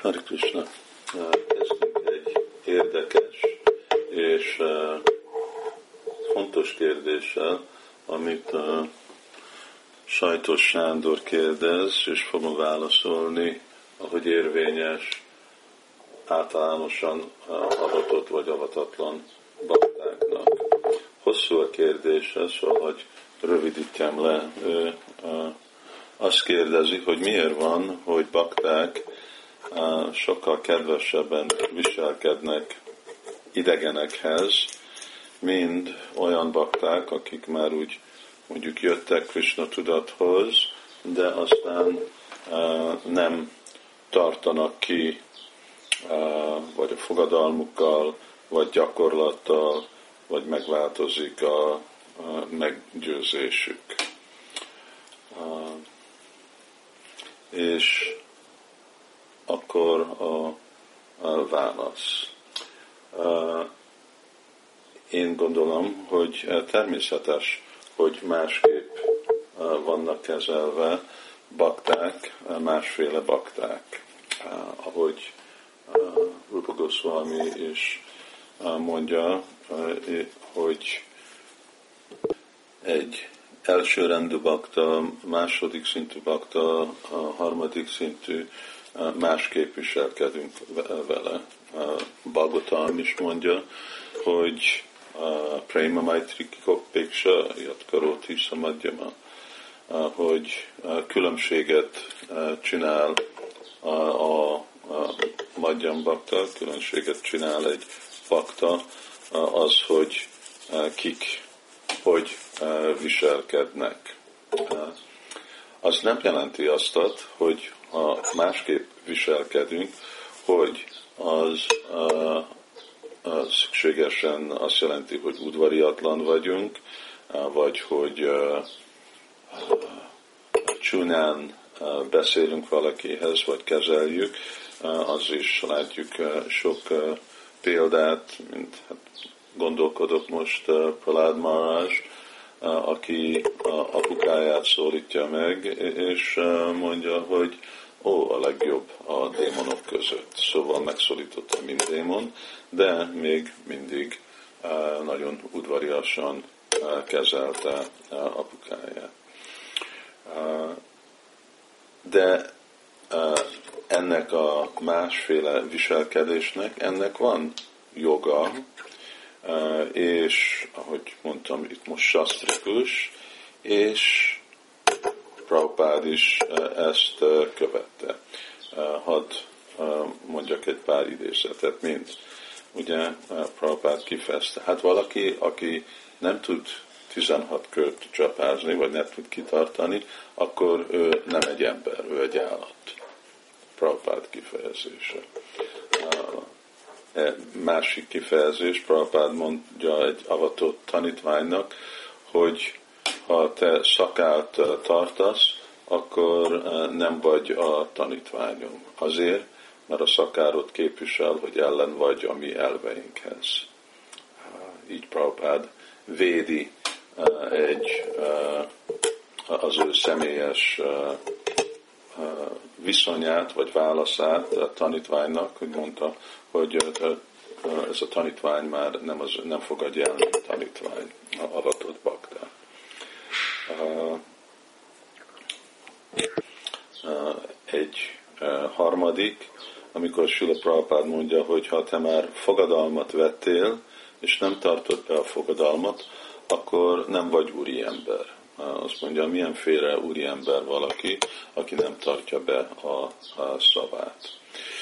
Hare Krishna. Kezdünk egy érdekes és fontos kérdéssel, amit Sajtos Sándor kérdez, és fogom válaszolni, ahogy érvényes, általánosan avatott vagy avatatlan baktáknak. Hosszú a kérdése, szóval, hogy rövidítjem le. Azt kérdezi, hogy miért van, hogy bakták sokkal kedvesebben viselkednek idegenekhez, mint olyan bakták, akik már úgy mondjuk jöttek Krishna tudathoz, de aztán nem tartanak ki vagy a fogadalmukkal, vagy gyakorlattal, vagy megváltozik a meggyőzésük. És akkor a válasz. Én gondolom, hogy természetes, hogy másképp vannak kezelve bakták, másféle bakták. Ahogy Rupa Goswami is mondja, hogy egy elsőrendű bakta, második szintű bakta, a harmadik szintű, másképp viselkedünk vele. Bhagavatam is mondja, hogy Prema Maitri Kikopéksa Yat Karoti Samadhyama, hogy különbséget csinál a Madhyam bakta, különbséget csinál egy bakta, az, hogy kik hogy viselkednek. Az nem jelenti azt, hogy ha másképp viselkedünk, hogy az szükségesen azt jelenti, hogy udvariatlan vagyunk, vagy hogy csúnyán beszélünk valakihez, vagy kezeljük. Az is látjuk sok példát, mint gondolkodok most Prahlad Maharaj, aki apukáját szólítja meg, és mondja, hogy a legjobb a démonok között. Szóval megszólította mind démon, de még mindig nagyon udvariasan kezelte apukáját. De ennek a másféle viselkedésnek, ennek van joga, és ahogy mondtam, itt most sastrikus, és Prabhupád is ezt követte. Hadd mondjak egy pár idézetet, mint ugye Prabhupád kifejezte. Hát valaki, aki nem tud 16 kört csapázni, vagy nem tud kitartani, akkor ő nem egy ember, ő egy állat. Prabhupád kifejezése. Másik kifejezés, Prabhupád mondja egy avatott tanítványnak, hogy ha te szakált tartasz, akkor nem vagy a tanítványom. Azért, mert a szakárot képvisel, hogy ellen vagy a mi elveinkhez. Így Prabhupád védi az ő személyes viszonyát, vagy válaszát a tanítványnak, hogy mondta, hogy ez a tanítvány már nem fogadja el, mint tanítvány, avatott bakta. Egy harmadik, amikor Srila Prabhupád mondja, hogy ha te már fogadalmat vettél, és nem tartod be a fogadalmat, akkor nem vagy úriember. Azt mondja, milyenféle úriember valaki, aki nem tartja be a szavát.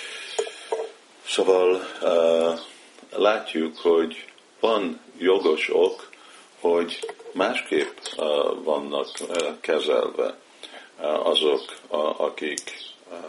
Szóval látjuk, hogy van jogos ok, hogy másképp vannak kezelve azok, akik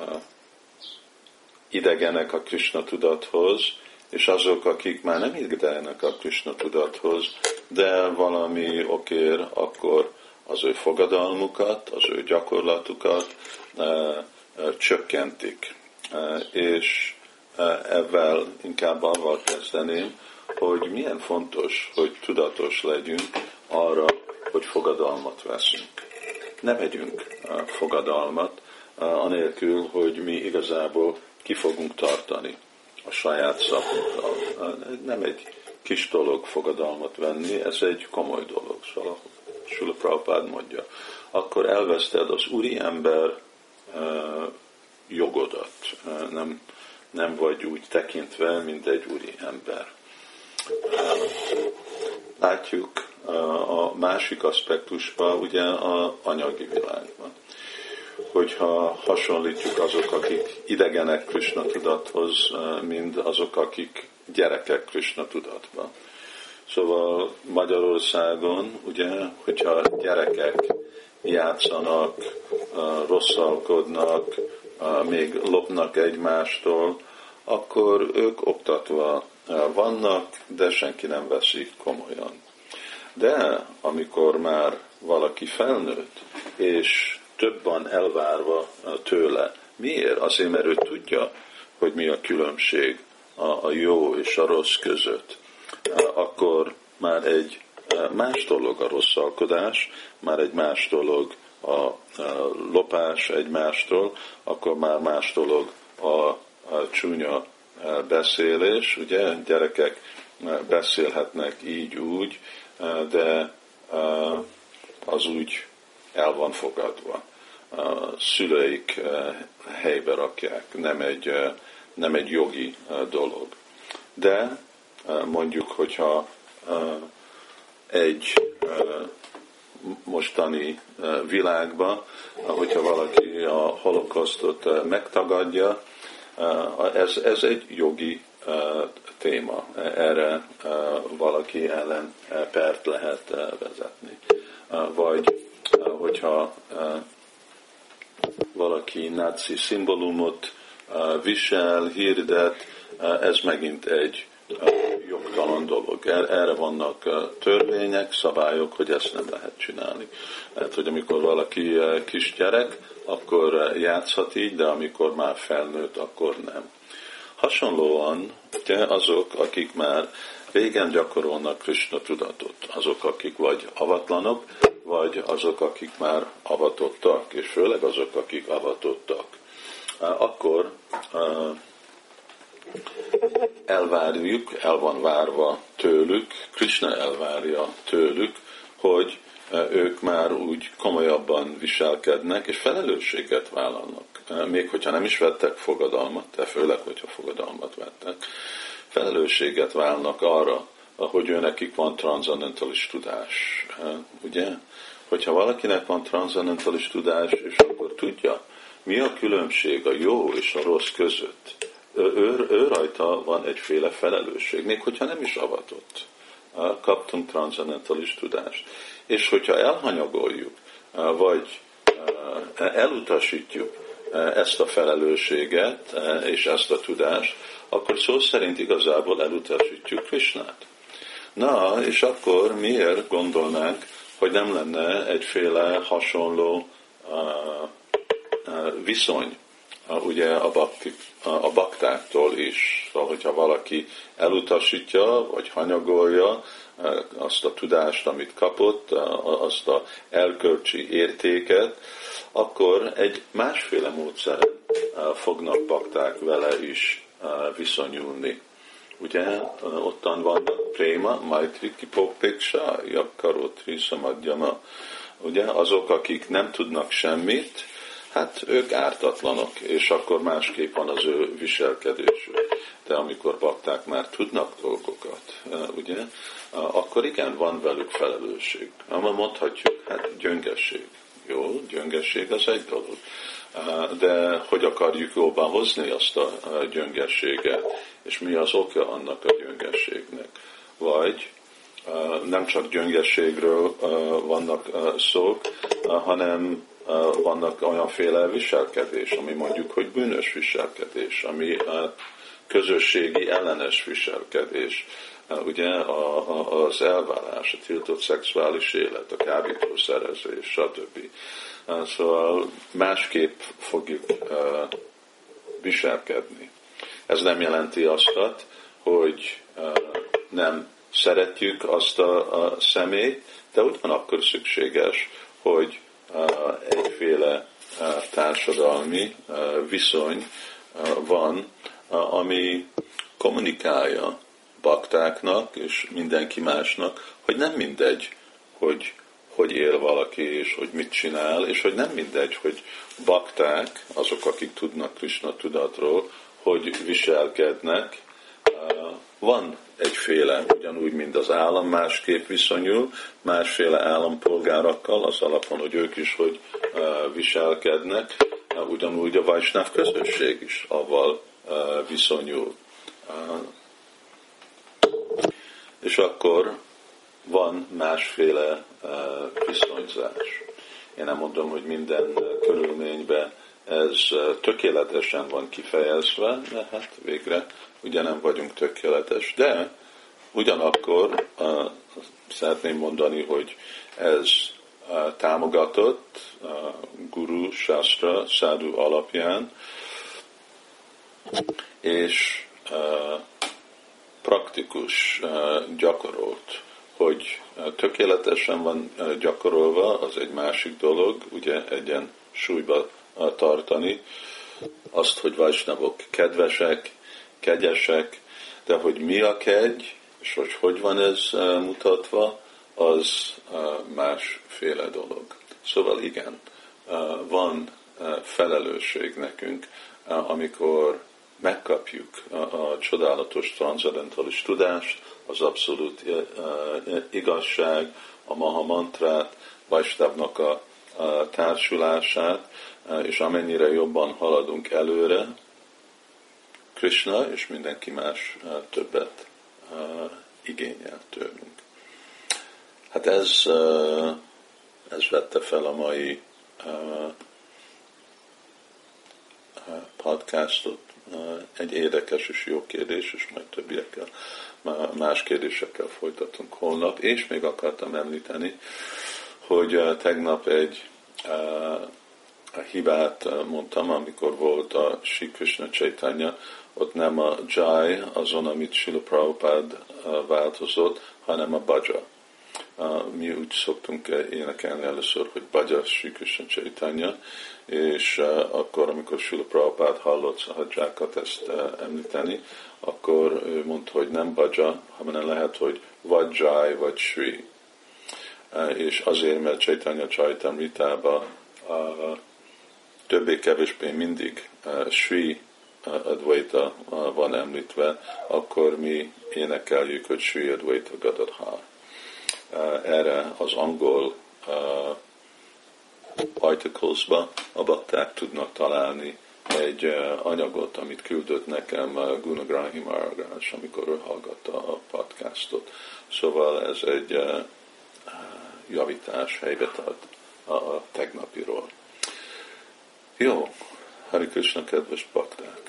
idegenek a Krishna tudathoz, és azok, akik már nem idegenek a Krishna tudathoz, de valami okért akkor az ő fogadalmukat, az ő gyakorlatukat csökkentik. És ezzel inkább avval kezdeném, hogy milyen fontos, hogy tudatos legyünk arra, hogy fogadalmat veszünk. Ne vegyünk fogadalmat, anélkül, hogy mi igazából ki fogunk tartani a saját szapunkkal. Nem egy kis dolog fogadalmat venni, ez egy komoly dolog. Szóval Srila Prabhupád mondja, akkor elveszted az úriember jogodat. Nem vagy úgy tekintve, mint egy úriember. Látjuk a másik aspektusban, ugye az anyagi világban. Hogyha hasonlítjuk azok, akik idegenek Krishna tudathoz, mint azok, akik gyerekek Krishna tudatban. Szóval Magyarországon, ugye, hogyha gyerekek játszanak, rosszalkodnak, még lopnak egymástól, akkor ők oktatva vannak, de senki nem veszi komolyan. De amikor már valaki felnőtt, és több van elvárva tőle, miért? Azért, mert ő tudja, hogy mi a különbség a jó és a rossz között. Akkor már egy más dolog a rosszalkodás, már egy más dolog a lopás egymástól, akkor már más dolog a csúnya beszélés. Ugye gyerekek beszélhetnek így úgy, de az úgy el van fogadva. Szüleik helybe rakják, nem egy jogi dolog. De mondjuk, hogyha egy mostani világban, hogyha valaki a holokausztot megtagadja, ez egy jogi téma. Erre valaki ellen pert lehet vezetni. Vagy hogyha valaki náci szimbólumot visel, hirdet, ez megint egy jogtalan dolog. Erre vannak törvények, szabályok, hogy ezt nem lehet csinálni. Hát, hogy amikor valaki kisgyerek, akkor játszhat így, de amikor már felnőtt, akkor nem. Hasonlóan azok, akik már régen gyakorolnak Krishna tudatot, azok, akik vagy avatlanok, vagy azok, akik már avatottak, és főleg azok, akik avatottak, akkor elvárjuk, el van várva tőlük, Krishna elvárja tőlük, hogy ők már úgy komolyabban viselkednek, és felelősséget vállalnak. Még hogyha nem is vettek fogadalmat, de főleg, hogyha fogadalmat vettek, felelősséget vállalnak arra, hogy nekik van transzcendentális tudás. Ugye? Hogyha valakinek van transzcendentális tudás, és akkor tudja, mi a különbség a jó és a rossz között, ő rajta van egyféle felelősség, még hogyha nem is avatott. Kaptunk transzcendentális tudást. És hogyha elhanyagoljuk, vagy elutasítjuk ezt a felelősséget és ezt a tudást, akkor szó szerint igazából elutasítjuk Krishnát. Na, és akkor miért gondolnánk, hogy nem lenne egyféle hasonló viszony ugye a baktáktól is. Szóval, hogyha valaki elutasítja, vagy hanyagolja azt a tudást, amit kapott, azt a erkölcsi értéket, akkor egy másféle módszeren fognak bakták vele is viszonyulni. Ugye, ottan vannak préma, maitri kipopéksa, jakkarotri samadjama. Ugye, azok, akik nem tudnak semmit, hát ők ártatlanok, és akkor másképp van az ő viselkedésük. De amikor bakták már tudnak dolgokat, ugye, akkor igen, van velük felelősség. Ama mondhatjuk, hát gyöngesség. Jó, gyöngesség az egy dolog. De hogy akarjuk jobban hozni azt a gyöngességet, és mi az oka annak a gyöngességnek? Vagy nem csak gyöngességről vannak szók, hanem vannak olyanféle viselkedés, ami mondjuk, hogy bűnös viselkedés, ami közösségi ellenes viselkedés, ugye az elválás, a tiltott szexuális élet, a kábítószerezés, stb. Szóval másképp fogjuk viselkedni. Ez nem jelenti azt, hogy nem szeretjük azt a személyt, de ugyanakkor szükséges, hogy egyféle társadalmi viszony van, ami kommunikálja baktáknak és mindenki másnak, hogy nem mindegy, hogy él valaki, és hogy mit csinál, és hogy nem mindegy, hogy bakták, azok, akik tudnak Krishna tudatról, hogy viselkednek. Van egyféle, ugyanúgy, mint az állam másképp viszonyul, másféle állampolgárakkal, az alapon, hogy ők is hogy viselkednek, ugyanúgy a Vajsnáv közösség is avval viszonyul. És akkor van másféle viszonyzás. Én nem mondom, hogy minden körülményben ez tökéletesen van kifejezve, de hát végre ugye nem vagyunk tökéletes. De ugyanakkor szeretném mondani, hogy ez támogatott guru, shastra, szádu alapján, és praktikus, gyakorolt. Hogy tökéletesen van gyakorolva, az egy másik dolog, ugye egyen súlyba tartani, azt, hogy vajsnavok kedvesek, kegyesek, de hogy mi a kegy, és hogy van ez mutatva, az másféle dolog. Szóval igen, van felelősség nekünk, amikor megkapjuk a csodálatos transzendentális tudást, az abszolút igazság, a Maha mantrát, Vajsnavnak a társulását, és amennyire jobban haladunk előre, Krishna és mindenki más többet igényel tőlünk. Hát ez vette fel a mai podcastot. Egy érdekes és jó kérdés, és majd többiekkel, más kérdésekkel folytatunk holnap, és még akartam említeni, hogy tegnap egy hibát mondtam, amikor volt a Sri Krishna Chaitanya, ott nem a Jai azon, amit Srila Prabhupada változott, hanem a Bhaja. Mi úgy szoktunk énekelni először, hogy Bhaja Sri Krishna Chaitanya, és akkor, amikor Srila Prabhupada hallott szahadzsákat ezt említeni, akkor ő mondta, hogy nem Bhaja, hanem lehet, hogy vagy Jai, vagy Sri. És azért, mert Chaitanya Charitamritában többé-kevésbé mindig Sri Advaita van említve, akkor mi énekeljük, hogy Sri Advaita Gadadhar. Erre az angol articles-ba a bakták tudnak találni egy anyagot, amit küldött nekem Gunagrahi Maharaj, amikor ő hallgatta a podcastot. Szóval ez egy javítás, helybe tart a tegnapiról. Jó, Hari Krishna, kedves bakták!